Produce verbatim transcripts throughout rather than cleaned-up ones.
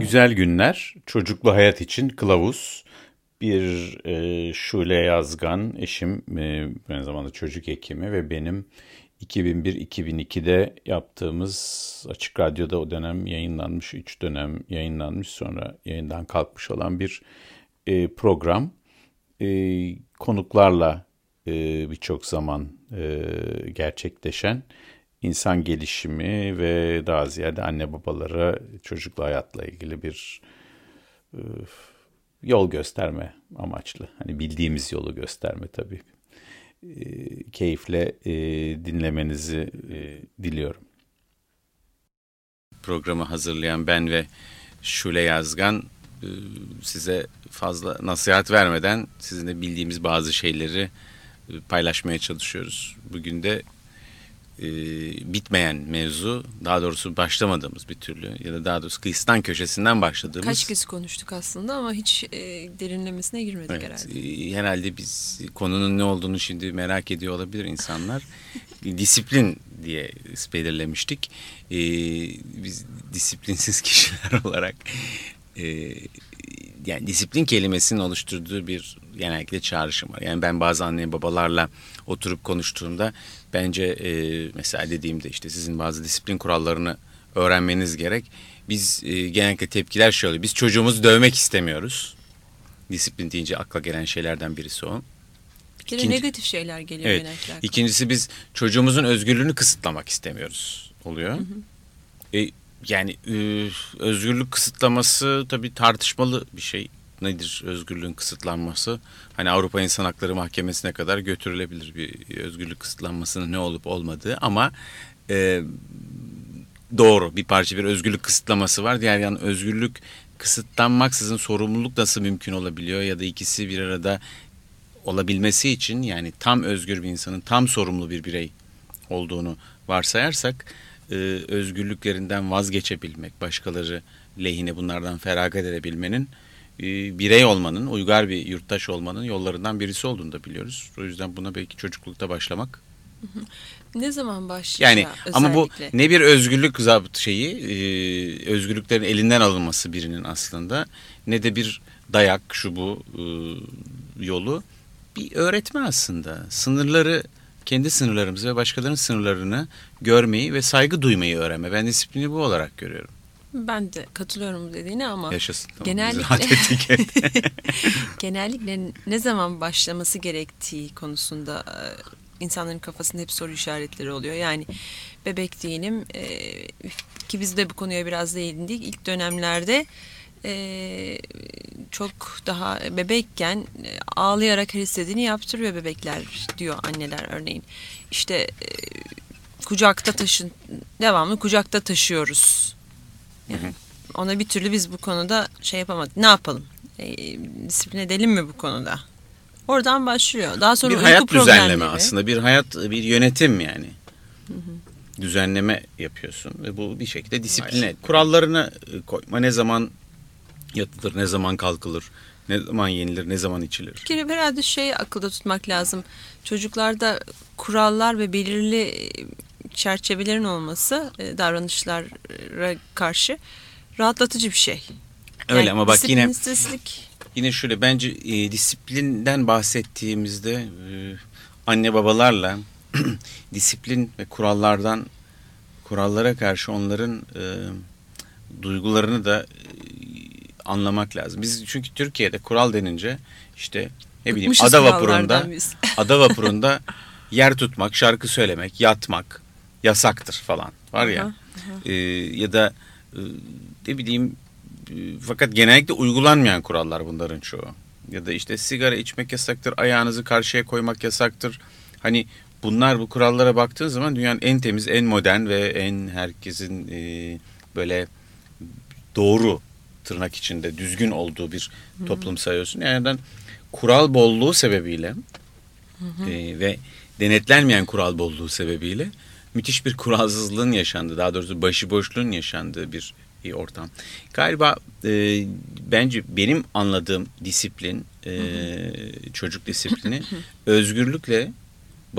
Güzel Günler, Çocuklu Hayat için Kılavuz. Bir e, Şule Yazgan, eşim, e, aynı zamanda çocuk hekimi ve benim iki bin bir iki bin ikide yaptığımız Açık Radyo'da o dönem yayınlanmış, üç dönem yayınlanmış, sonra yayından kalkmış olan bir e, program. E, konuklarla e, birçok zaman e, gerçekleşen insan gelişimi ve daha ziyade anne babalara çocuklu hayatla ilgili bir e, yol gösterme amaçlı. Hani bildiğimiz yolu gösterme tabii. E, keyifle e, dinlemenizi e, diliyorum. Programı hazırlayan ben ve Şule Yazgan e, size fazla nasihat vermeden sizinle bildiğimiz bazı şeyleri e, paylaşmaya çalışıyoruz. Bugün de e, bitmeyen mevzu, daha doğrusu başlamadığımız bir türlü ya da daha doğrusu kıyısından köşesinden başladığımız. Kaç kez konuştuk aslında ama hiç e, derinlemesine girmedik evet, herhalde. E, herhalde biz konunun ne olduğunu şimdi merak ediyor olabilir insanlar. Disiplin diye belirlemiştik. E, biz disiplinsiz kişiler olarak e, yani disiplin kelimesinin oluşturduğu bir genellikle çağrışım var. Yani ben bazı anne babalarla oturup konuştuğumda bence e, mesela dediğimde işte sizin bazı disiplin kurallarını öğrenmeniz gerek. Biz e, genellikle tepkiler şöyle oluyor. Biz çocuğumuzu dövmek istemiyoruz. Disiplin deyince akla gelen şeylerden birisi o. Bir kere İkinci, negatif şeyler geliyor evet, genellikle. İkincisi biz çocuğumuzun özgürlüğünü kısıtlamak istemiyoruz oluyor. Hı hı. E, yani e, özgürlük kısıtlaması tabii tartışmalı bir şey. Nedir özgürlüğün kısıtlanması? Hani Avrupa İnsan Hakları Mahkemesi'ne kadar götürülebilir bir özgürlük kısıtlanmasının ne olup olmadığı ama e, doğru, bir parça bir özgürlük kısıtlaması var. Diğer yandan özgürlük kısıtlanmaksızın sorumluluk nasıl mümkün olabiliyor ya da ikisi bir arada olabilmesi için, yani tam özgür bir insanın tam sorumlu bir birey olduğunu varsayarsak e, özgürlüklerinden vazgeçebilmek, başkaları lehine bunlardan feragat edebilmenin, e, birey olmanın, uygar bir yurttaş olmanın yollarından birisi olduğunu da biliyoruz. O yüzden buna belki çocuklukta başlamak. Hı hı. Ne zaman başlayacak yani özellikle? Ama bu ne bir özgürlük zapt şeyi, e, özgürlüklerin elinden alınması birinin aslında, ne de bir dayak şu bu e, yolu. Bir öğretme aslında. Sınırları, kendi sınırlarımızı ve başkalarının sınırlarını görmeyi ve saygı duymayı öğrenme. Ben disiplini bu olarak görüyorum. Ben de katılıyorum dediğine ama yaşasın. Tamam, genellikle genellikle ne zaman başlaması gerektiği konusunda insanların kafasında hep soru işaretleri oluyor. Yani bebek diyelim e, ki biz de bu konuya biraz değindik. İlk dönemlerde e, çok daha bebekken ağlayarak her istediğini yaptırıyor bebekler diyor anneler örneğin. İşte e, kucakta taşın, devamlı kucakta taşıyoruz. Yani ona bir türlü biz bu konuda şey yapamadık. Ne yapalım? E, disiplin edelim mi bu konuda? Oradan başlıyor. Daha sonra bir uyku hayat problemleri. düzenleme aslında. Bir hayat, bir yönetim yani. Hı hı. Düzenleme yapıyorsun ve bu bir şekilde disipline et. Kurallarını koyma. Ne zaman yatılır, ne zaman kalkılır, ne zaman yenilir, ne zaman içilir. Bir kere herhalde şey akılda tutmak lazım. Çocuklarda kurallar ve belirli çerçevelerin olması davranışlara karşı rahatlatıcı bir şey. Öyle yani, ama bak yine yine şöyle bence e, disiplinden bahsettiğimizde e, anne babalarla disiplin ve kurallardan kurallara karşı onların e, duygularını da e, anlamak lazım. Biz çünkü Türkiye'de kural denince işte ne bileyim Bıkmışız ada vapurunda biz. ada vapurunda yer tutmak, şarkı söylemek, yatmak yasaktır falan var ya. Aha, aha. E, ya da e, ne bileyim e, fakat genellikle uygulanmayan kurallar bunların çoğu. Ya da işte sigara içmek yasaktır, ayağınızı karşıya koymak yasaktır. Hani bunlar, bu kurallara baktığın zaman dünyanın en temiz, en modern ve en herkesin e, böyle doğru, tırnak içinde düzgün olduğu bir hı-hı, toplum sayıyorsun. Yani kural bolluğu sebebiyle e, ve denetlenmeyen kural bolluğu sebebiyle müthiş bir kuralsızlığın yaşandığı, daha doğrusu başıboşluğun yaşandığı bir, bir ortam. Galiba e, bence benim anladığım disiplin, e, çocuk disiplini özgürlükle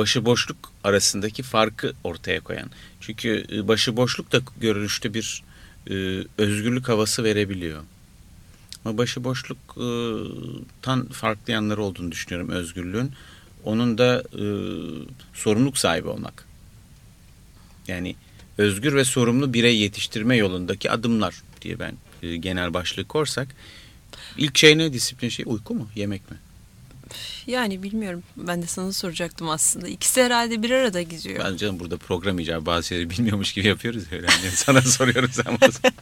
başıboşluk arasındaki farkı ortaya koyan. Çünkü başıboşluk da görünüşte bir e, özgürlük havası verebiliyor. Ama başıboşluktan farklı yanları olduğunu düşünüyorum özgürlüğün. Onun da e, sorumluluk sahibi olmak. Yani özgür ve sorumlu birey yetiştirme yolundaki adımlar diye ben e, genel başlık korsak. İlk şey ne? Disiplin şey uyku mu? Yemek mi? Yani bilmiyorum. Ben de sana soracaktım aslında. İkisi herhalde bir arada gidiyor. Ben canım burada program icabı bazı şeyleri bilmiyormuş gibi yapıyoruz. Öyle. Yani sana soruyorum sen bana.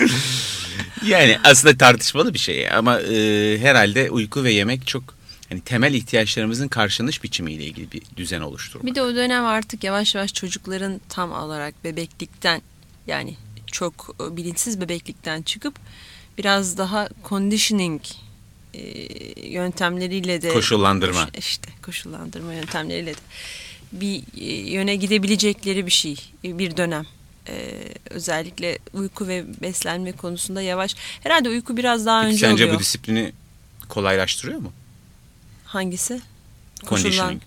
Yani aslında tartışmalı bir şey ama e, herhalde uyku ve yemek çok hani temel ihtiyaçlarımızın karşılanış biçimiyle ilgili bir düzen oluşturmak. Bir de o dönem artık yavaş yavaş çocukların tam olarak bebeklikten yani çok bilinçsiz bebeklikten çıkıp biraz daha conditioning e, yöntemleriyle de koşullandırma. işte koşullandırma yöntemleriyle de bir e, yöne gidebilecekleri bir şey, bir dönem. Ee, özellikle uyku ve beslenme konusunda yavaş. Herhalde uyku biraz daha Peki önce sence oluyor. bu disiplini kolaylaştırıyor mu? Hangisi? Conditioning.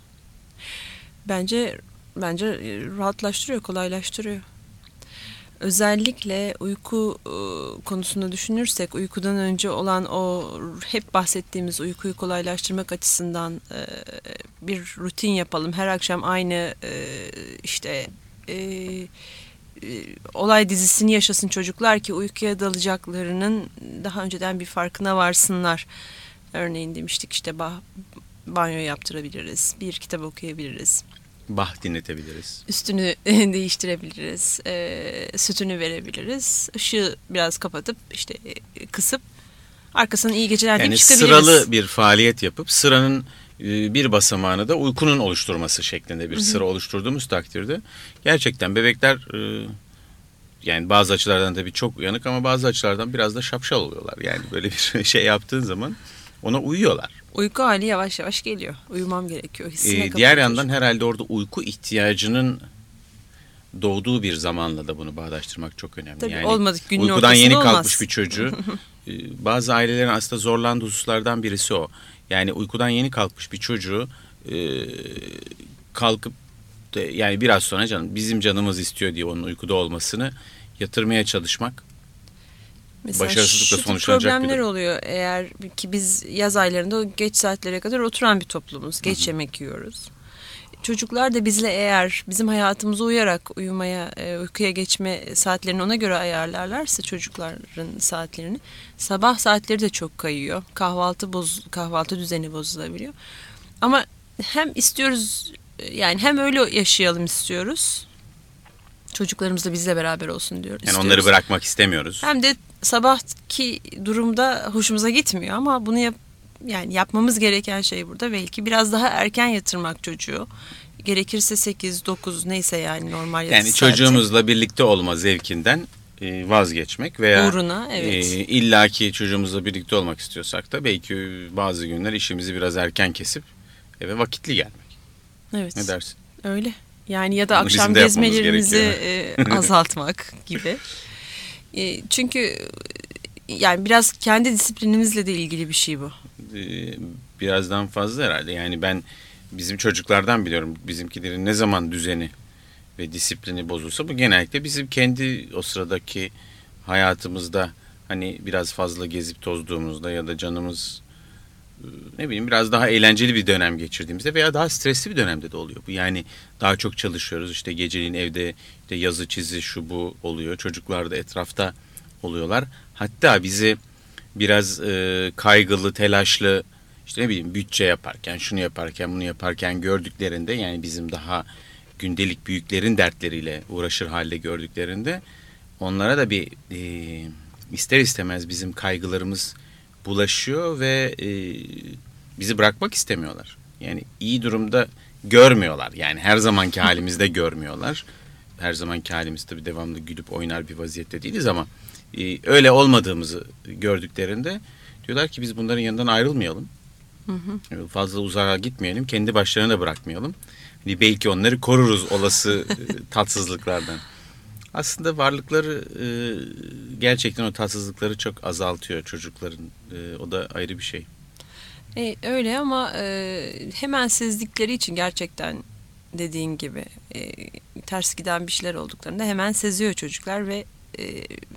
Bence bence rahatlaştırıyor, kolaylaştırıyor. Özellikle uyku e, konusunda düşünürsek uykudan önce olan o hep bahsettiğimiz uykuyu kolaylaştırmak açısından e, bir rutin yapalım. Her akşam aynı e, işte e, olay dizisini yaşasın çocuklar ki uykuya dalacaklarının daha önceden bir farkına varsınlar. Örneğin demiştik işte bah, banyo yaptırabiliriz, bir kitap okuyabiliriz. Bah dinletebiliriz. Üstünü değiştirebiliriz, e, sütünü verebiliriz. Işığı biraz kapatıp işte kısıp arkasından iyi geceler deyip yani çıkabiliriz. Sıralı bir faaliyet yapıp sıranın bir basamağını da uykunun oluşturması şeklinde bir Hı-hı. sıra oluşturduğumuz takdirde gerçekten bebekler yani bazı açılardan tabii çok uyanık ama bazı açılardan biraz da şapşal oluyorlar. Yani böyle bir şey yaptığın zaman ona uyuyorlar. Uyku hali yavaş yavaş geliyor. Uyumam gerekiyor. Hissine ee, diğer yandan herhalde orada uyku ihtiyacının doğduğu bir zamanla da bunu bağdaştırmak çok önemli. Tabii yani olmadık günün uykudan yeni olmaz. kalkmış bir çocuğu bazı ailelerin aslında zorlandığı hususlardan birisi o. Yani uykudan yeni kalkmış bir çocuğu e, kalkıp de, yani biraz sonra canım bizim canımız istiyor diye onun uykuda olmasını yatırmaya çalışmak mesela başarısızlıkla sonuçlanacak problemler bir durum. Oluyor eğer ki biz yaz aylarında geç saatlere kadar oturan bir toplumuz. Geç Hı-hı. yemek yiyoruz. Çocuklar da bizle eğer bizim hayatımıza uyarak uyumaya, uykuya geçme saatlerini ona göre ayarlarlarsa çocukların saatlerini sabah saatleri de çok kayıyor. Kahvaltı boz, kahvaltı düzeni bozulabiliyor. Ama hem istiyoruz yani hem öyle yaşayalım istiyoruz. Çocuklarımız da bizle beraber olsun diyoruz. Yani onları bırakmak istemiyoruz. Hem de sabahki durumda hoşumuza gitmiyor ama bunu yap yani yapmamız gereken şey burada belki biraz daha erken yatırmak çocuğu. Gerekirse sekiz dokuz neyse yani normal yatış Yani saati. Çocuğumuzla birlikte olma zevkinden vazgeçmek veya uğruna evet. e, illaki çocuğumuzla birlikte olmak istiyorsak da belki bazı günler işimizi biraz erken kesip eve vakitli gelmek. Evet. Ne dersin? Öyle. Yani ya da Bunu akşam gezmelerimizi e, azaltmak gibi. E, çünkü yani biraz kendi disiplinimizle de ilgili bir şey bu. Birazdan fazla herhalde. Yani ben bizim çocuklardan biliyorum bizimkilerin ne zaman düzeni ve disiplini bozulsa bu genellikle bizim kendi o sıradaki hayatımızda hani biraz fazla gezip tozduğumuzda ya da canımız ne bileyim biraz daha eğlenceli bir dönem geçirdiğimizde veya daha stresli bir dönemde de oluyor bu. Yani daha çok çalışıyoruz işte geceliğin evde işte yazı çizi şu bu oluyor. Çocuklar da etrafta oluyorlar. Hatta bizi biraz e, kaygılı, telaşlı işte ne bileyim bütçe yaparken, şunu yaparken, bunu yaparken gördüklerinde yani bizim daha gündelik büyüklerin dertleriyle uğraşır halde gördüklerinde onlara da bir e, ister istemez bizim kaygılarımız bulaşıyor ve e, bizi bırakmak istemiyorlar. Yani iyi durumda görmüyorlar. Yani her zamanki halimizde görmüyorlar. Her zamanki halimiz tabii devamlı gülüp oynar bir vaziyette değiliz ama e, öyle olmadığımızı gördüklerinde diyorlar ki biz bunların yanından ayrılmayalım. Hı hı. Fazla uzağa gitmeyelim. Kendi başlarına da bırakmayalım. Hani belki onları koruruz olası tatsızlıklardan. Aslında varlıkları e, gerçekten o tatsızlıkları çok azaltıyor çocukların. E, o da ayrı bir şey. E, öyle ama e, hemen sezdikleri için gerçekten dediğin gibi e, ters giden bir şeyler olduklarında hemen seziyor çocuklar ve e,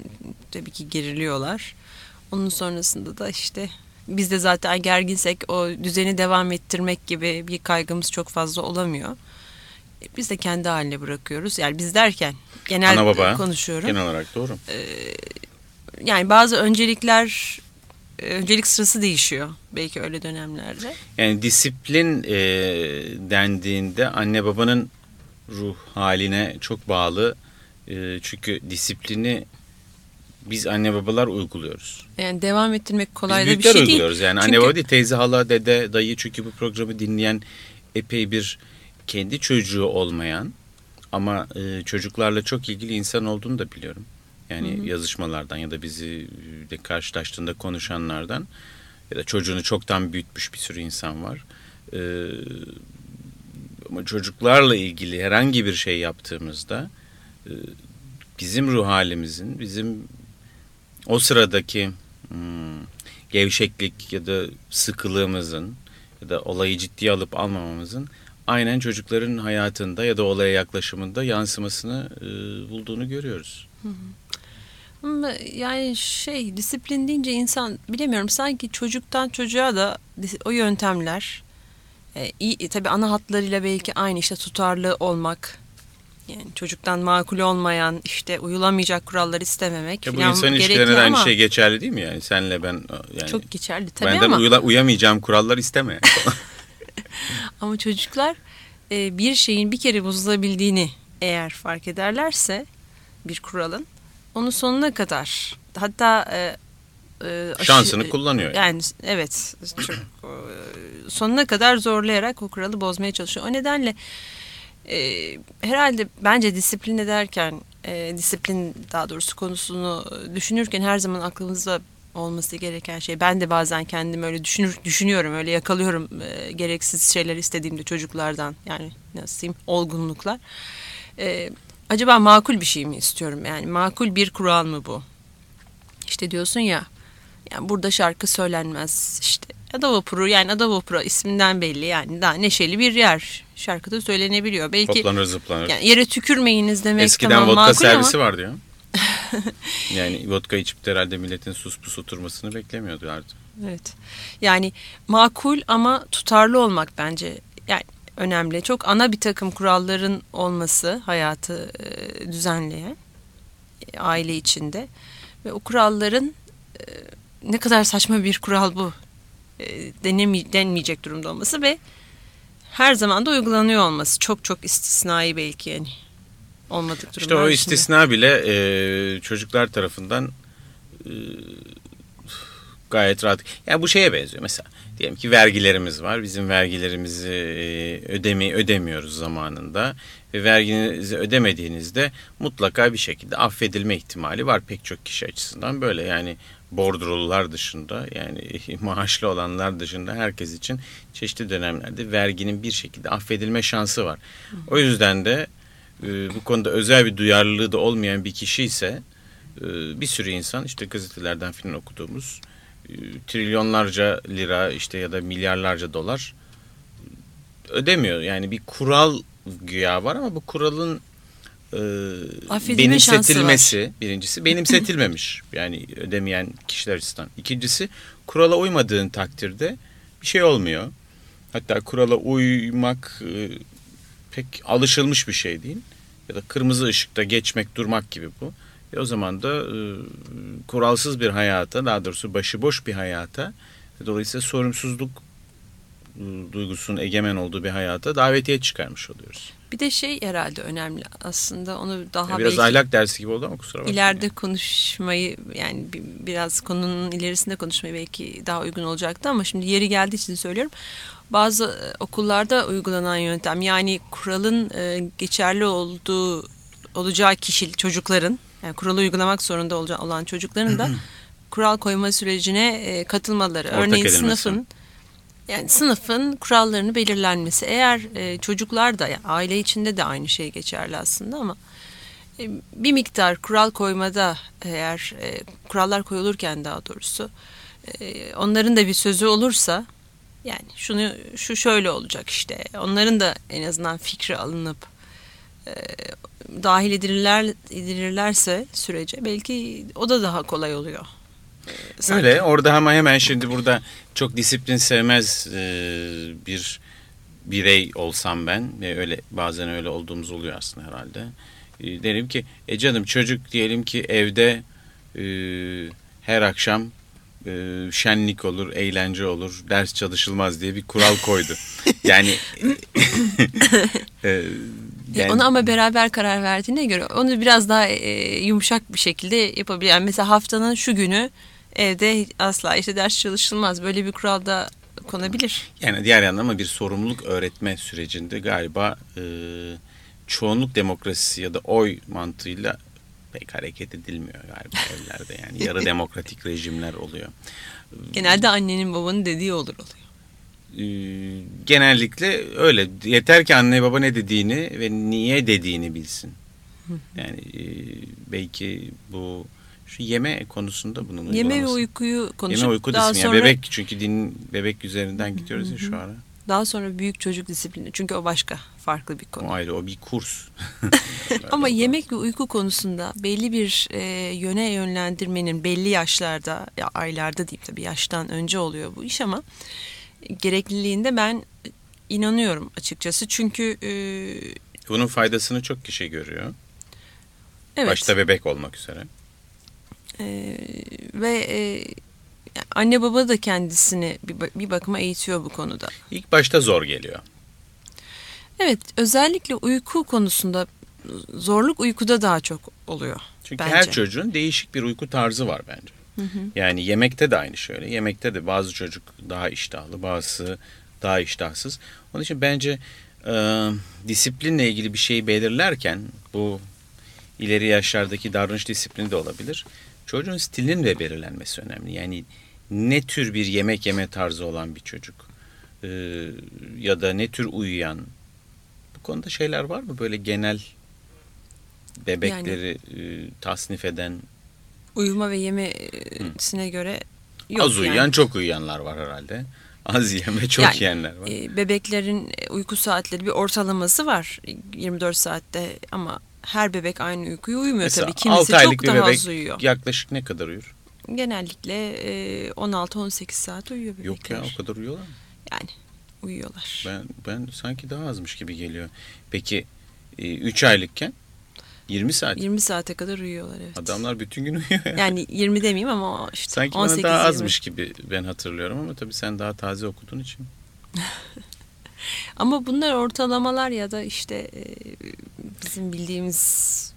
tabii ki geriliyorlar. Onun sonrasında da işte biz de zaten gerginsek o düzeni devam ettirmek gibi bir kaygımız çok fazla olamıyor. Biz de kendi haline bırakıyoruz. Yani biz derken genel ana baba, konuşuyorum. Genel olarak doğru. Ee, yani bazı öncelikler, öncelik sırası değişiyor belki öyle dönemlerde. Yani disiplin e, dendiğinde anne babanın ruh haline çok bağlı. E, çünkü disiplini biz anne babalar uyguluyoruz. Yani devam ettirmek kolay biz da bir şey değil. Biz uyguluyoruz yani. Çünkü... Anne baba değil, teyze, hala, dede, dayı, çünkü bu programı dinleyen epey bir kendi çocuğu olmayan ama e, çocuklarla çok ilgili insan olduğunu da biliyorum. Yani hı hı. yazışmalardan ya da bizi de karşılaştığında konuşanlardan ya da çocuğunu çoktan büyütmüş bir sürü insan var. Ee, ama çocuklarla ilgili herhangi bir şey yaptığımızda e, bizim ruh halimizin, bizim o sıradaki hmm, gevşeklik ya da sıkılığımızın ya da olayı ciddiye alıp almamamızın aynen çocukların hayatında ya da olaya yaklaşımında yansımasını e, bulduğunu görüyoruz. Hı hı. Ama yani şey, disiplin deyince insan bilemiyorum, sanki çocuktan çocuğa da o yöntemler e, iyi, tabii ana hatlarıyla belki aynı, işte tutarlı olmak, yani çocuktan makul olmayan, işte uyulamayacak kurallar istememek ya bu falan insan ilişkilerine de aynı ama, şey geçerli değil mi yani? Senle ben yani çok geçerli tabii benden ama uyula, uyamayacağım kurallar isteme. ama çocuklar e, bir şeyin bir kere bozulabildiğini eğer fark ederlerse, bir kuralın onu sonuna kadar, hatta e, e, şansını aşı, kullanıyor. Yani, yani evet, çok, e, sonuna kadar zorlayarak o kuralı bozmaya çalışıyor. O nedenle e, herhalde bence disiplin ederken, e, disiplin daha doğrusu konusunu düşünürken her zaman aklımızda olması gereken şey. Ben de bazen kendimi öyle düşünür, düşünüyorum, öyle yakalıyorum e, gereksiz şeyler istediğimde çocuklardan, yani nasıl diyeyim, olgunluklar. E, acaba makul bir şey mi istiyorum? Yani makul bir kural mı bu? İşte diyorsun ya, yani burada şarkı söylenmez. İşte Ada Vapuru, yani Ada Vapuru isminden belli, yani daha neşeli bir yer. Şarkıda söylenebiliyor. Belki hoplanır zıplanır. Yani yere tükürmeyiniz demek. Eskiden tamam, vodka servisi ama... vardı ya. Yani vodka içip de herhalde milletin sus pus oturmasını beklemiyordu artık. Evet. Yani makul ama tutarlı olmak bence yani önemli. Çok ana bir takım kuralların olması hayatı e, düzenleyen, e, aile içinde, ve o kuralların e, ne kadar saçma bir kural bu e, denemi, denmeyecek durumda olması ve her zaman da uygulanıyor olması, çok çok istisnai belki, yani olmadık durumlar. İşte o dışında. istisna bile e, çocuklar tarafından e, gayet rahat. Yani bu şeye benziyor mesela. Diyelim ki vergilerimiz var. Bizim vergilerimizi e, ödemi ödemiyoruz zamanında. Ve verginizi ödemediğinizde mutlaka bir şekilde affedilme ihtimali var pek çok kişi açısından. Böyle yani bordrolular dışında, yani maaşlı olanlar dışında herkes için çeşitli dönemlerde verginin bir şekilde affedilme şansı var. O yüzden de e, bu konuda özel bir duyarlılığı da olmayan bir kişi ise e, bir sürü insan, işte gazetelerden filan okuduğumuz e, trilyonlarca lira işte ya da milyarlarca dolar ödemiyor. Yani bir kural güya var ama bu kuralın e, benimsetilmesi, birincisi benimsetilmemiş. Yani ödemeyen kişiler açısından. İkincisi, kurala uymadığın takdirde bir şey olmuyor. Hatta kurala uymak e, pek alışılmış bir şey değil. Ya da kırmızı ışıkta geçmek, durmak gibi bu. E o zaman da e, kuralsız bir hayata, daha doğrusu başıboş bir hayata, dolayısıyla sorumsuzluk e, duygusunun egemen olduğu bir hayata davetiye çıkarmış oluyoruz. Bir de şey herhalde önemli aslında, onu daha biraz belki ahlak dersi gibi oldu ama kusura bakmayın. İleride konuşmayı, yani biraz konunun ilerisinde konuşmayı belki daha uygun olacaktı ama şimdi yeri geldiği için söylüyorum. Bazı okullarda uygulanan yöntem, yani kuralın geçerli olduğu olacağı kişi çocukların, yani kuralı uygulamak zorunda olan çocukların da kural koyma sürecine katılmaları. Ortak Örneğin edilmesi. sınıfın Yani sınıfın kurallarını belirlenmesi. Eğer e, çocuklar da, yani aile içinde de aynı şey geçerli aslında ama e, bir miktar kural koymada, eğer e, kurallar koyulurken daha doğrusu e, onların da bir sözü olursa, yani şunu şu şöyle olacak işte, onların da en azından fikri alınıp e, dahil edilirler, edilirlerse sürece belki o da daha kolay oluyor. Sanki. Öyle orada ama hemen şimdi burada çok disiplin sevmez e, bir birey olsam ben ve öyle bazen öyle olduğumuz oluyor aslında herhalde. E, derim ki e canım çocuk diyelim ki evde e, her akşam e, şenlik olur, eğlence olur, ders çalışılmaz diye bir kural koydu. Yani e, Yani, onu ama beraber karar verdiğine göre onu biraz daha e, yumuşak bir şekilde yapabilir. Yani mesela haftanın şu günü evde asla işte ders çalışılmaz. Böyle bir kural da konabilir. Yani diğer yandan ama bir sorumluluk öğretme sürecinde galiba e, çoğunluk demokrasisi ya da oy mantığıyla pek hareket edilmiyor galiba evlerde. Yani yarı demokratik rejimler oluyor. Genelde annenin babanın dediği olur oluyor. Genellikle öyle. Yeter ki anne baba ne dediğini ve niye dediğini bilsin. Yani e, belki bu şu yeme konusunda bunun uygulaması. Yeme ve uykuyu konuşup yeme uyku daha disiplini. sonra... Yani bebek çünkü din bebek üzerinden gidiyoruz hı hı. ya şu ara. Daha sonra büyük çocuk disiplini. Çünkü o başka farklı bir konu. O ayrı o bir kurs. Ama yemek ve uyku konusunda belli bir e, yöne yönlendirmenin belli yaşlarda ya aylarda değil tabii yaştan önce oluyor bu iş ama gerekliliğinde ben inanıyorum açıkçası. Çünkü e, bunun faydasını çok kişi görüyor. Evet. Başta bebek olmak üzere. E, ve e, anne baba da kendisini bir, bir bakıma eğitiyor bu konuda. İlk başta zor geliyor. Evet, özellikle uyku konusunda zorluk uykuda daha çok oluyor. Çünkü bence. Her çocuğun değişik bir uyku tarzı var bence. Hı hı. Yani yemekte de aynı şöyle. Yemekte de bazı çocuk daha iştahlı, bazısı daha iştahsız. Onun için bence e, disiplinle ilgili bir şeyi belirlerken bu ileri yaşlardaki davranış disiplini de olabilir. Çocuğun stilinin de belirlenmesi önemli. Yani ne tür bir yemek yeme tarzı olan bir çocuk e, ya da ne tür uyuyan, bu konuda şeyler var mı böyle genel bebekleri yani, e, tasnif eden? Uyuma ve yemesine Hı. göre yok. Az uyuyan yani. Çok uyuyanlar var herhalde. Az yiyen ve çok yani, yiyenler var. E, bebeklerin uyku saatleri bir ortalaması var yirmi dört saatte ama her bebek aynı uykuyu uyumuyor. Mesela, tabii. Kimisi çok daha az uyuyor. Yaklaşık ne kadar uyur? Genellikle on altı on sekiz saat uyuyor bebekler. Yok ya o kadar uyuyorlar mı? Yani uyuyorlar. Ben ben sanki daha azmış gibi geliyor. Peki üç aylıkken yirmi saat. yirmi saate kadar uyuyorlar evet. Adamlar bütün gün uyuyor yani. Yani yirmi demeyeyim ama işte sanki on sekiz bana daha yirmi. azmış gibi ben hatırlıyorum ama tabii sen daha taze okuduğun için. Ama bunlar ortalamalar ya da işte bizim bildiğimiz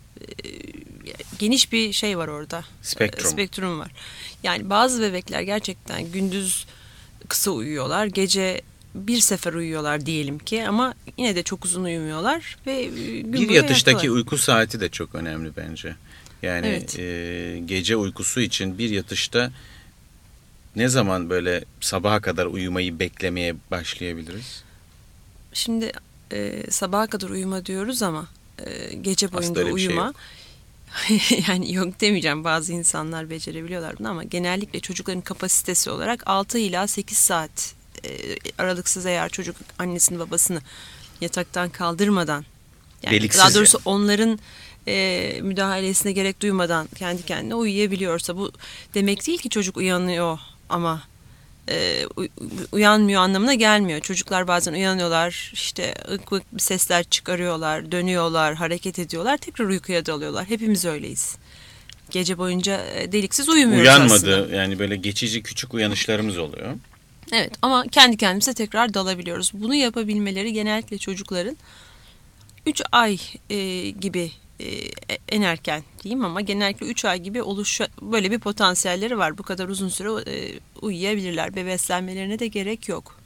geniş bir şey var orada. Spektrum. Spektrum var. Yani bazı bebekler gerçekten gündüz kısa uyuyorlar. Gece bir sefer uyuyorlar diyelim ki ama yine de çok uzun uyumuyorlar ve gün bir yatıştaki ayaktalar. Uyku saati de çok önemli bence. Yani evet. e, gece uykusu için bir yatışta ne zaman böyle sabaha kadar uyumayı beklemeye başlayabiliriz? Şimdi e, sabaha kadar uyuma diyoruz ama e, gece boyunca uyuma şey yani yok demeyeceğim, bazı insanlar becerebiliyorlar bunu ama genellikle çocukların kapasitesi olarak altı ila sekiz saat e, aralıksız eğer çocuk annesini babasını yataktan kaldırmadan yani Deliksiz daha doğrusu yani. onların e, müdahalesine gerek duymadan kendi kendine uyuyabiliyorsa bu demek değil ki çocuk uyanıyor ama e, uyanmıyor anlamına gelmiyor. Çocuklar bazen uyanıyorlar, işte ık ık bir sesler çıkarıyorlar, dönüyorlar, hareket ediyorlar, tekrar uykuya dalıyorlar. Hepimiz öyleyiz. Gece boyunca deliksiz uyumuyoruz Uyanmadı, aslında. Yani böyle geçici küçük uyanışlarımız oluyor. Evet ama kendi kendimize tekrar dalabiliyoruz. Bunu yapabilmeleri genellikle çocukların üç ay e, gibi e, en erken diyeyim ama genellikle üç ay gibi oluş böyle bir potansiyelleri var. Bu kadar uzun süre e, uyuyabilirler ve beslenmelerine de gerek yok.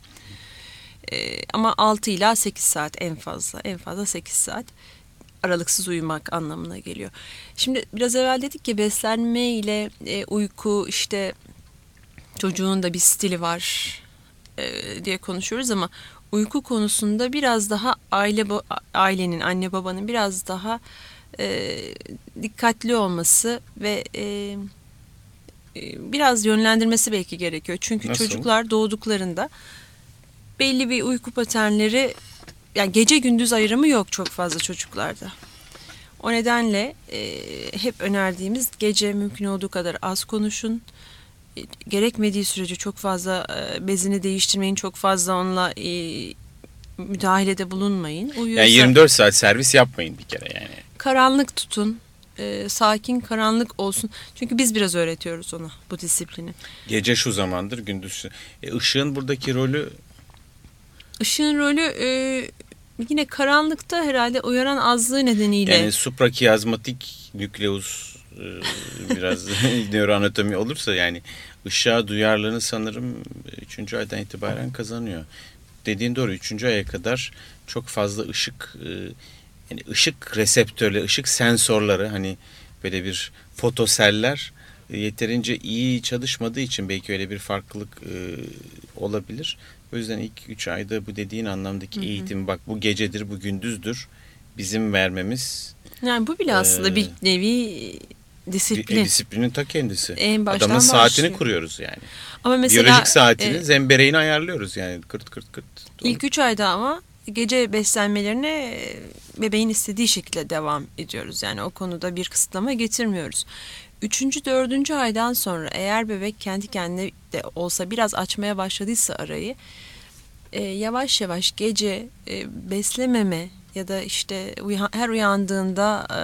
E, ama altı ila sekiz saat en fazla, en fazla sekiz saat aralıksız uyumak anlamına geliyor. Şimdi biraz evvel dedik ki beslenme ile e, uyku işte çocuğun da bir stili var e, diye konuşuyoruz ama uyku konusunda biraz daha aile ailenin, anne babanın biraz daha e, dikkatli olması ve e, e, biraz yönlendirmesi belki gerekiyor. Çünkü Nasıl? Çocuklar doğduklarında belli bir uyku paternleri yani gece gündüz ayrımı yok çok fazla çocuklarda. O nedenle e, hep önerdiğimiz gece mümkün olduğu kadar az konuşun. E, gerekmediği sürece çok fazla e, bezini değiştirmeyin, çok fazla onunla e, müdahalede bulunmayın. Uyuyorsa, yani yirmi dört saat servis yapmayın bir kere yani. Karanlık tutun. E, sakin karanlık olsun. Çünkü biz biraz öğretiyoruz ona bu disiplini. Gece şu zamandır, gündüz şu. E, ışığın buradaki rolü? Işığın rolü e, yine karanlıkta herhalde uyaran azlığı nedeniyle. Yani suprakiyazmatik nükleus e, biraz nöroanatomi olursa yani ışığa duyarlılığını sanırım üçüncü aydan itibaren kazanıyor. Dediğin doğru, üçüncü aya kadar çok fazla ışık e, yani ışık reseptörleri, ışık sensörleri, hani böyle bir fotoseller e, yeterince iyi çalışmadığı için belki öyle bir farklılık e, olabilir. O yüzden ilk üç ayda bu dediğin anlamdaki eğitim, bak bu gecedir, bu gündüzdür, bizim vermemiz. Yani bu bile aslında e, bir nevi disiplin. E, disiplinin ta kendisi. En baştan Adamın başlıyor. saatini kuruyoruz yani. Ama mesela, biyolojik saatini, e, zembereğini ayarlıyoruz yani kırt kırt kırt. İlk üç ayda ama gece beslenmelerine bebeğin istediği şekilde devam ediyoruz. Yani o konuda bir kısıtlama getirmiyoruz. Üçüncü, dördüncü aydan sonra eğer bebek kendi kendine de olsa biraz açmaya başladıysa arayı, e, yavaş yavaş gece e, beslememe ya da işte uyan, her uyandığında e,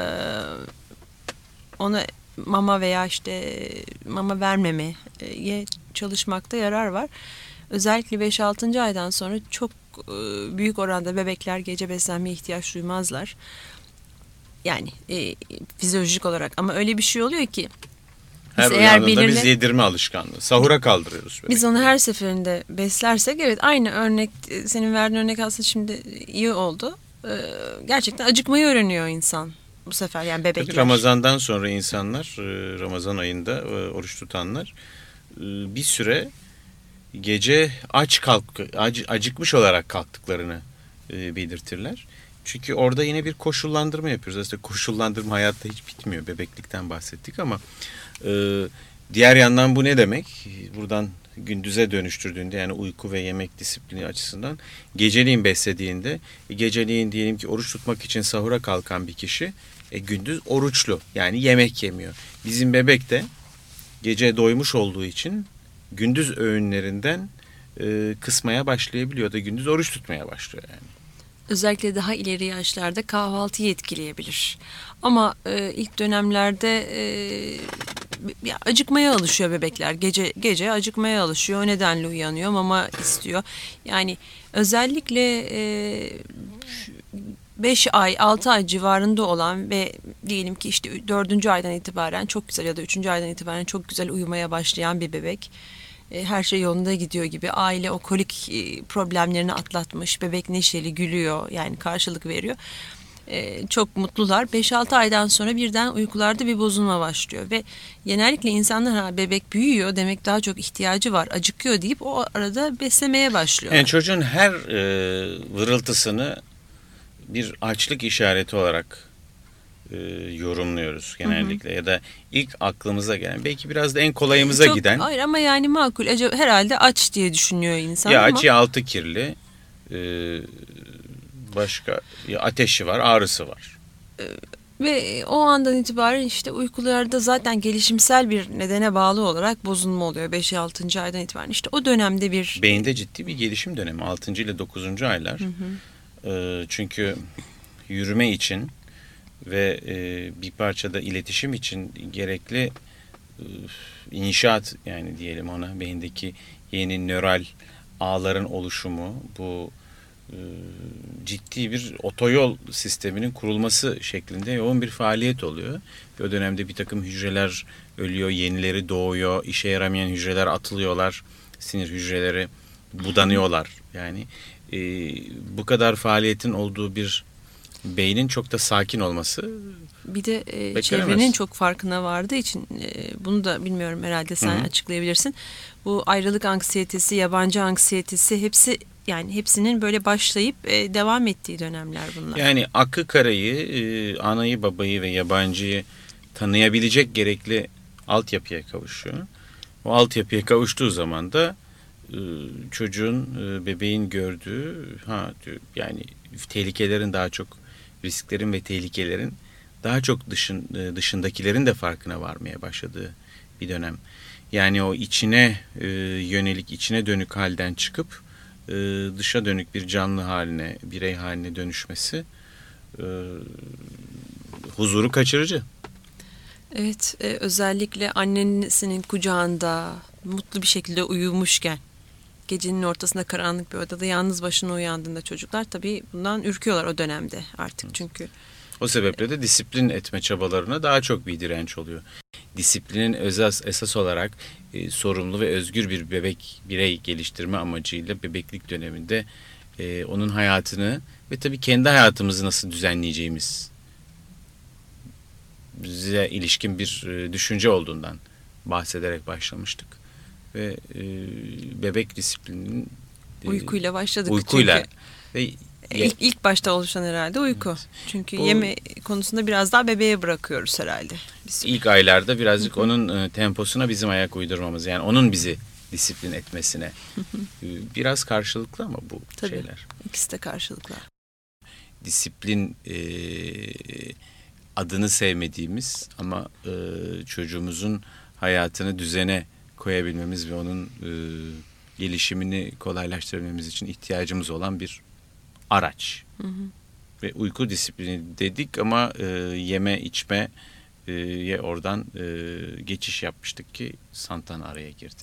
ona mama veya işte mama vermemeye çalışmakta yarar var. Özellikle beş altıncı aydan sonra çok büyük oranda bebekler gece beslenmeye ihtiyaç duymazlar. Yani e, fizyolojik olarak, ama öyle bir şey oluyor ki her uyandığında belirli, biz yedirme alışkanlığı. Sahura kaldırıyoruz. Bebekleri. Biz onu her seferinde beslersek, evet, aynı örnek, senin verdiğin örnek aslında şimdi iyi oldu. Ee, gerçekten acıkmayı öğreniyor insan bu sefer, yani bebekler. Tabii Ramazan'dan sonra insanlar, Ramazan ayında oruç tutanlar bir süre gece aç kalk, acıkmış olarak kalktıklarını belirtirler. Çünkü orada yine bir koşullandırma yapıyoruz. Aslında koşullandırma hayatta hiç bitmiyor. Bebeklikten bahsettik ama e, diğer yandan bu ne demek? Buradan gündüze dönüştürdüğünde, yani uyku ve yemek disiplini açısından geceliğin beslediğinde, e, geceliğin diyelim ki oruç tutmak için sahura kalkan bir kişi e, gündüz oruçlu, yani yemek yemiyor. Bizim bebek de gece doymuş olduğu için gündüz öğünlerinden e, kısmaya başlayabiliyor da gündüz oruç tutmaya başlıyor yani. Özellikle daha ileri yaşlarda kahvaltıyı etkileyebilir. Ama e, ilk dönemlerde e, acıkmaya alışıyor bebekler. Gece gece acıkmaya alışıyor. O nedenle uyanıyor, mama istiyor. Yani özellikle beş ay, altı ay civarında olan ve diyelim ki işte dördüncü aydan itibaren çok güzel ya da üçüncü aydan itibaren çok güzel uyumaya başlayan bir bebek. Her şey yolunda gidiyor gibi, aile o kolik problemlerini atlatmış, bebek neşeli, gülüyor, yani karşılık veriyor. Ee, çok mutlular. beş altı aydan sonra birden uykularda bir bozulma başlıyor ve genellikle insanlar, ha bebek büyüyor demek daha çok ihtiyacı var, acıkıyor deyip o arada beslemeye başlıyor. Yani çocuğun her e, vırıltısını bir açlık işareti olarak e, yorumluyoruz genellikle. Hı hı. Ya da ilk aklımıza gelen, belki biraz da en kolayımıza çok, giden. Hayır ama yani makul, acaba herhalde aç diye düşünüyor insan ya ama. Ya aç ya altı kirli. E, başka ya ateşi var, ağrısı var. E, ve o andan itibaren işte uykularda zaten gelişimsel bir nedene bağlı olarak bozulma oluyor. beş altıncı aydan itibaren işte o dönemde bir. Beyinde ciddi bir gelişim dönemi altıncı ile dokuzuncu aylar. Hı hı. E, çünkü yürüme için ve e, bir parçada iletişim için gerekli e, inşaat, yani diyelim ona, beyindeki yeni nöral ağların oluşumu, bu e, ciddi bir otoyol sisteminin kurulması şeklinde yoğun bir faaliyet oluyor. O dönemde bir takım hücreler ölüyor, yenileri doğuyor, işe yaramayan hücreler atılıyorlar, sinir hücreleri budanıyorlar. Yani e, bu kadar faaliyetin olduğu bir beynin çok da sakin olması. Bir de e, çevrenin çok farkına vardığı için e, bunu da bilmiyorum, herhalde sen Hı-hı. açıklayabilirsin. Bu ayrılık anksiyetesi, yabancı anksiyetesi, hepsi, yani hepsinin böyle başlayıp e, devam ettiği dönemler bunlar. Yani akı karayı, e, anayı babayı ve yabancıyı tanıyabilecek gerekli altyapıya kavuşuyor. O altyapıya kavuştuğu zaman da e, çocuğun, e, bebeğin gördüğü ha diyor, yani tehlikelerin daha çok, risklerin ve tehlikelerin daha çok dışın, e, dışındakilerin de farkına varmaya başladığı bir dönem. Yani o içine e, yönelik, içine dönük halden çıkıp e, dışa dönük bir canlı haline, birey haline dönüşmesi e, huzuru kaçırıcı. Evet, e, özellikle annesinin kucağında mutlu bir şekilde uyumuşken gecenin ortasında karanlık bir odada yalnız başına uyandığında çocuklar tabii bundan ürküyorlar o dönemde artık çünkü. O sebeple de disiplin etme çabalarına daha çok bir direnç oluyor. Disiplinin esas, esas olarak e, sorumlu ve özgür bir bebek birey geliştirme amacıyla bebeklik döneminde e, onun hayatını ve tabii kendi hayatımızı nasıl düzenleyeceğimiz bize ilişkin bir e, düşünce olduğundan bahsederek başlamıştık. Ve e, bebek disiplininin e, uykuyla başladık. Uykuyla. Çünkü ve ilk, ilk başta oluşan herhalde uyku. Evet. Çünkü Bu, yeme konusunda biraz daha bebeğe bırakıyoruz herhalde. İlk aylarda birazcık Hı-hı. onun e, temposuna bizim ayak uydurmamız, yani onun bizi disiplin etmesine. Hı-hı. Biraz karşılıklı ama bu Tabii, şeyler. İkisi de karşılıklı. Disiplin e, adını sevmediğimiz ama e, çocuğumuzun hayatını düzene koyabilmemiz ve onun e, gelişimini kolaylaştırabilmemiz için ihtiyacımız olan bir araç. Hı hı. Ve uyku disiplini dedik ama e, yeme içme e, ye oradan e, geçiş yapmıştık ki Santana araya girdi.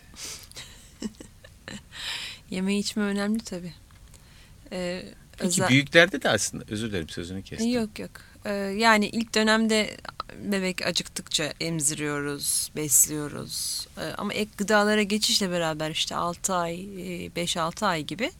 Yeme içme önemli tabii. Ee, Peki özel... büyüklerde de aslında, özür dilerim sözünü kestim. Yok yok. Ee, yani ilk dönemde bebek acıktıkça emziriyoruz, besliyoruz. Ee, ama ek gıdalara geçişle beraber işte altı ay, beş altı ay gibi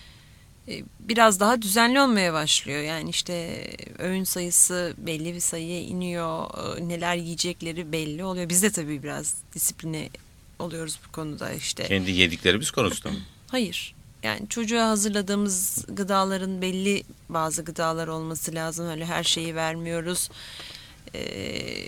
biraz daha düzenli olmaya başlıyor. Yani işte öğün sayısı belli bir sayıya iniyor. Neler yiyecekleri belli oluyor. Biz de tabii biraz disipline oluyoruz bu konuda işte. Kendi yediklerimiz konusunda mı? Hayır. Yani çocuğa hazırladığımız gıdaların belli bazı gıdalar olması lazım. Öyle her şeyi vermiyoruz. Ee,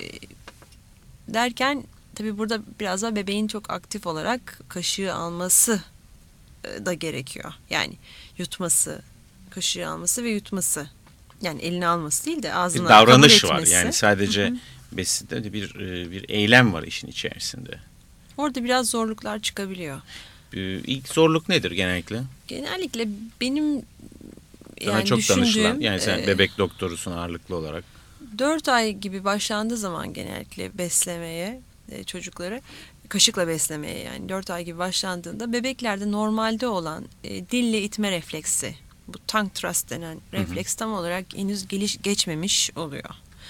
derken tabii burada biraz da bebeğin çok aktif olarak kaşığı alması da gerekiyor. Yani yutması, kaşığı alması ve yutması. Yani elini alması değil de ağzına bir davranış kabul var. etmesi. Yani sadece besinde de bir bir eylem var işin içerisinde. Orada biraz zorluklar çıkabiliyor. İlk zorluk nedir genellikle? Genellikle benim Sana yani çok düşündüğüm, danışılan, yani sen e, bebek doktorusun ağırlıklı olarak. dört ay gibi başlandığı zaman genellikle beslemeye e, çocukları kaşıkla beslemeye, yani dört ay gibi başlandığında bebeklerde normalde olan e, dille itme refleksi, bu tongue thrust denen refleks hı hı. tam olarak henüz geliş, geçmemiş oluyor.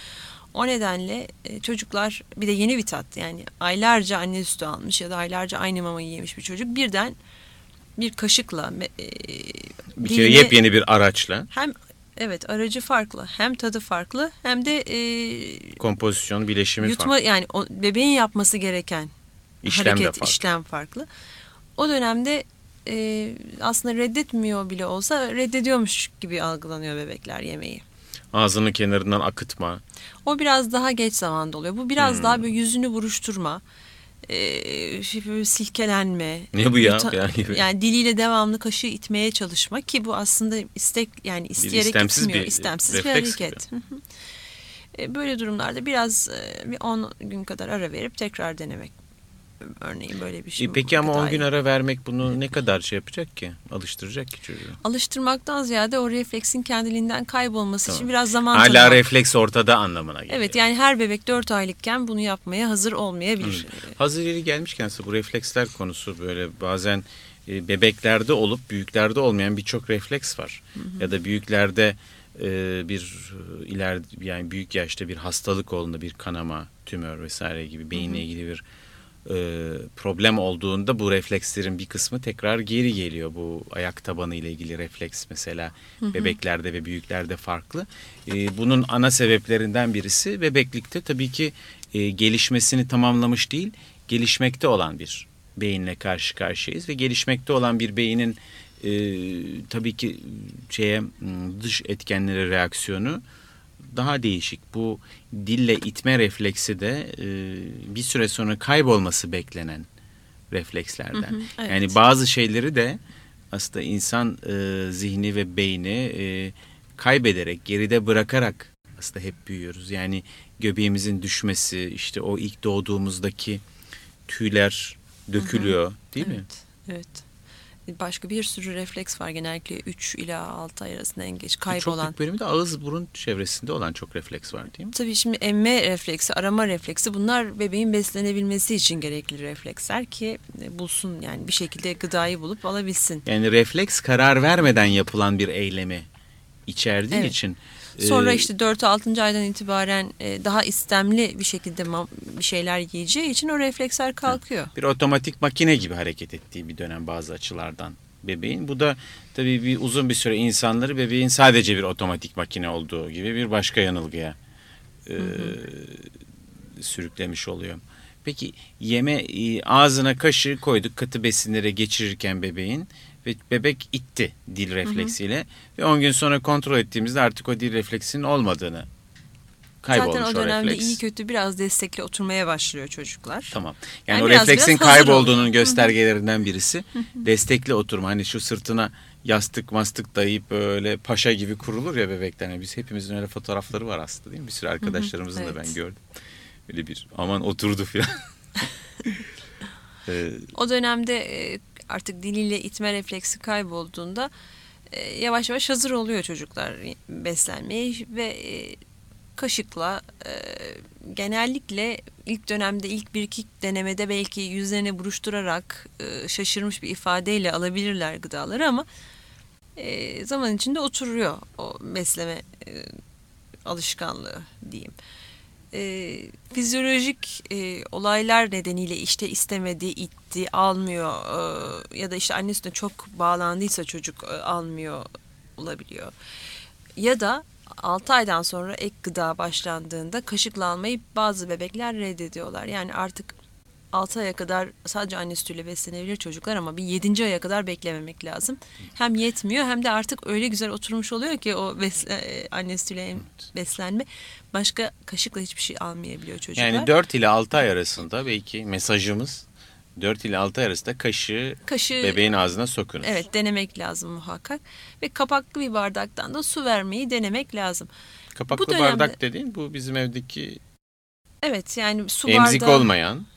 O nedenle e, çocuklar, bir de yeni bir tat, yani aylarca anne sütü almış ya da aylarca aynı mamayı yemiş bir çocuk birden bir kaşıkla e, bir kere yepyeni bir araçla, hem evet aracı farklı, hem tadı farklı, hem de e, kompozisyon bileşimi yutma, farklı. yani o, bebeğin yapması gereken işlem hareket, farklı. işlem farklı. O dönemde e, aslında reddetmiyor bile olsa reddediyormuş gibi algılanıyor bebekler yemeği. Ağzının kenarından akıtma. O biraz daha geç zamanda oluyor. Bu biraz hmm. daha böyle yüzünü buruşturma, e, silkelenme. Ne bu ya? Yuta, yani, yani diliyle devamlı kaşığı itmeye çalışma ki bu aslında istek, yani isteyerek istemsiz itmiyor. Bir, istemsiz bir hareket. e, böyle durumlarda biraz e, bir on gün kadar ara verip tekrar denemek. Örneğin böyle bir şey. E peki ama on gün ara vermek bunu ne kadar şey yapacak ki? Alıştıracak ki çocuğu. Alıştırmaktan ziyade o refleksin kendiliğinden kaybolması tamam. için biraz zaman Hala tanımak. refleks ortada anlamına geliyor. Evet, yani her bebek dört aylıkken bunu yapmaya hazır olmayabilir. Hı. Hazır yeri gelmişken bu refleksler konusu, böyle bazen e, bebeklerde olup büyüklerde olmayan birçok refleks var. Hı hı. Ya da büyüklerde e, bir ileride, yani büyük yaşta bir hastalık olduğunda, bir kanama, tümör vesaire gibi beyinle ilgili bir problem olduğunda bu reflekslerin bir kısmı tekrar geri geliyor. Bu ayak tabanı ile ilgili refleks mesela hı hı. bebeklerde ve büyüklerde farklı. Bunun ana sebeplerinden birisi bebeklikte tabii ki gelişmesini tamamlamış değil, gelişmekte olan bir beyinle karşı karşıyayız ve gelişmekte olan bir beynin tabii ki şeye, dış etkenlere reaksiyonu daha değişik. Bu dille itme refleksi de e, bir süre sonra kaybolması beklenen reflekslerden. Hı hı, evet. Yani bazı şeyleri de aslında insan e, zihni ve beyni e, kaybederek, geride bırakarak aslında hep büyüyoruz. Yani göbeğimizin düşmesi, işte o ilk doğduğumuzdaki tüyler dökülüyor, değil evet, mi? Evet. Başka bir sürü refleks var. Genellikle üç ila altı ay arasında en geç Çok kaybolan. büyük bölümü de ağız burun çevresinde olan çok refleks var, değil mi? Tabii şimdi emme refleksi, arama refleksi, bunlar bebeğin beslenebilmesi için gerekli refleksler ki bulsun, yani bir şekilde gıdayı bulup alabilsin. Yani refleks karar vermeden yapılan bir eylemi içerdiği Evet. için. Sonra e, işte dört altıncı aydan itibaren daha istemli bir şekilde bir şeyler yiyeceği için o refleksler kalkıyor. Bir otomatik makine gibi hareket ettiği bir dönem bazı açılardan bebeğin. Bu da tabii bir uzun bir süre insanları bebeğin sadece bir otomatik makine olduğu gibi bir başka yanılgıya e, hı hı. sürüklemiş oluyor. Peki yeme e, ağzına kaşığı koyduk katı besinlere geçirirken bebeğin ve bebek itti dil refleksiyle, hı hı. ve on gün sonra kontrol ettiğimizde artık o dil refleksinin olmadığını, kaybolmuş zaten o dönemde o refleks. iyi kötü biraz destekli oturmaya başlıyor çocuklar. Tamam. Yani, yani o biraz, refleksin biraz kaybolduğunun göstergelerinden birisi destekli oturma. Hani şu sırtına yastık mastık dayayıp böyle paşa gibi kurulur ya bebekler. Yani biz hepimizin öyle fotoğrafları var aslında, değil mi? Bir sürü arkadaşlarımızın evet. da ben gördüm. Öyle bir aman oturdu falan. ee, o dönemde artık diliyle itme refleksi kaybolduğunda yavaş yavaş hazır oluyor çocuklar beslenmeye ve kaşıkla e, genellikle ilk dönemde ilk bir iki denemede belki yüzlerine buruşturarak e, şaşırmış bir ifadeyle alabilirler gıdaları ama e, zaman içinde oturuyor o besleme e, alışkanlığı diyeyim. E, fizyolojik e, olaylar nedeniyle işte istemedi, itti, almıyor e, ya da işte annesine çok bağlandıysa çocuk e, almıyor olabiliyor. Ya da altı aydan sonra ek gıda başlandığında kaşıkla almayı bazı bebekler reddediyorlar. Yani artık altı aya kadar sadece anne sütüyle beslenebilir çocuklar ama bir yedinci aya kadar beklememek lazım. Hem yetmiyor hem de artık öyle güzel oturmuş oluyor ki o besle, anne sütüyle beslenme, başka kaşıkla hiçbir şey almayabiliyor çocuklar. Yani dört ile altı ay arasında belki mesajımız dört ile altı ay arasında kaşığı, kaşığı bebeğin ağzına sokunuz. Evet, denemek lazım muhakkak. Ve kapaklı bir bardaktan da su vermeyi denemek lazım. Kapaklı bu dönemde, bardak dediğin bu bizim evdeki evet yani su emzik bardağı, olmayan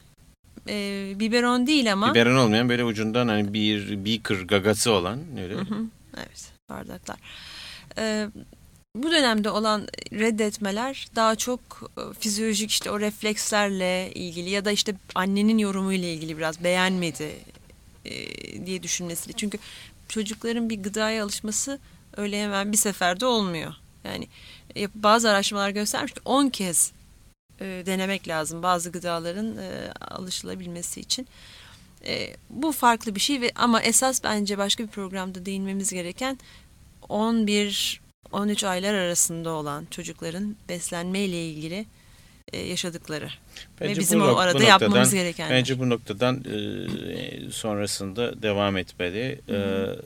e, biberon değil ama biberon olmayan böyle ucundan hani bir beaker gagası olan öyle. Hı hı, evet, bardaklar. Ee, bu dönemde olan reddetmeler daha çok e, fizyolojik, işte o reflekslerle ilgili ya da işte annenin yorumuyla ilgili, biraz beğenmedi e, diye düşünmesiyle. Çünkü çocukların bir gıdaya alışması öyle hemen bir seferde olmuyor. Yani bazı araştırmalar göstermiş ki on kez e, denemek lazım bazı gıdaların e, alışılabilmesi için. E, bu farklı bir şey ve ama esas bence başka bir programda değinmemiz gereken on bir on üç aylar arasında olan çocukların beslenmeyle ilgili e, yaşadıkları bence ve bizim bu, o arada noktadan, yapmamız gerekenler. Bence bu noktadan e, sonrasında devam etmeli. E,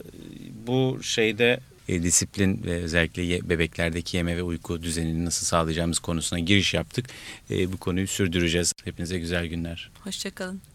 bu şeyde e, disiplin ve özellikle ye, bebeklerdeki yeme ve uyku düzenini nasıl sağlayacağımız konusuna giriş yaptık. E, bu konuyu sürdüreceğiz. Hepinize güzel günler. Hoşça kalın.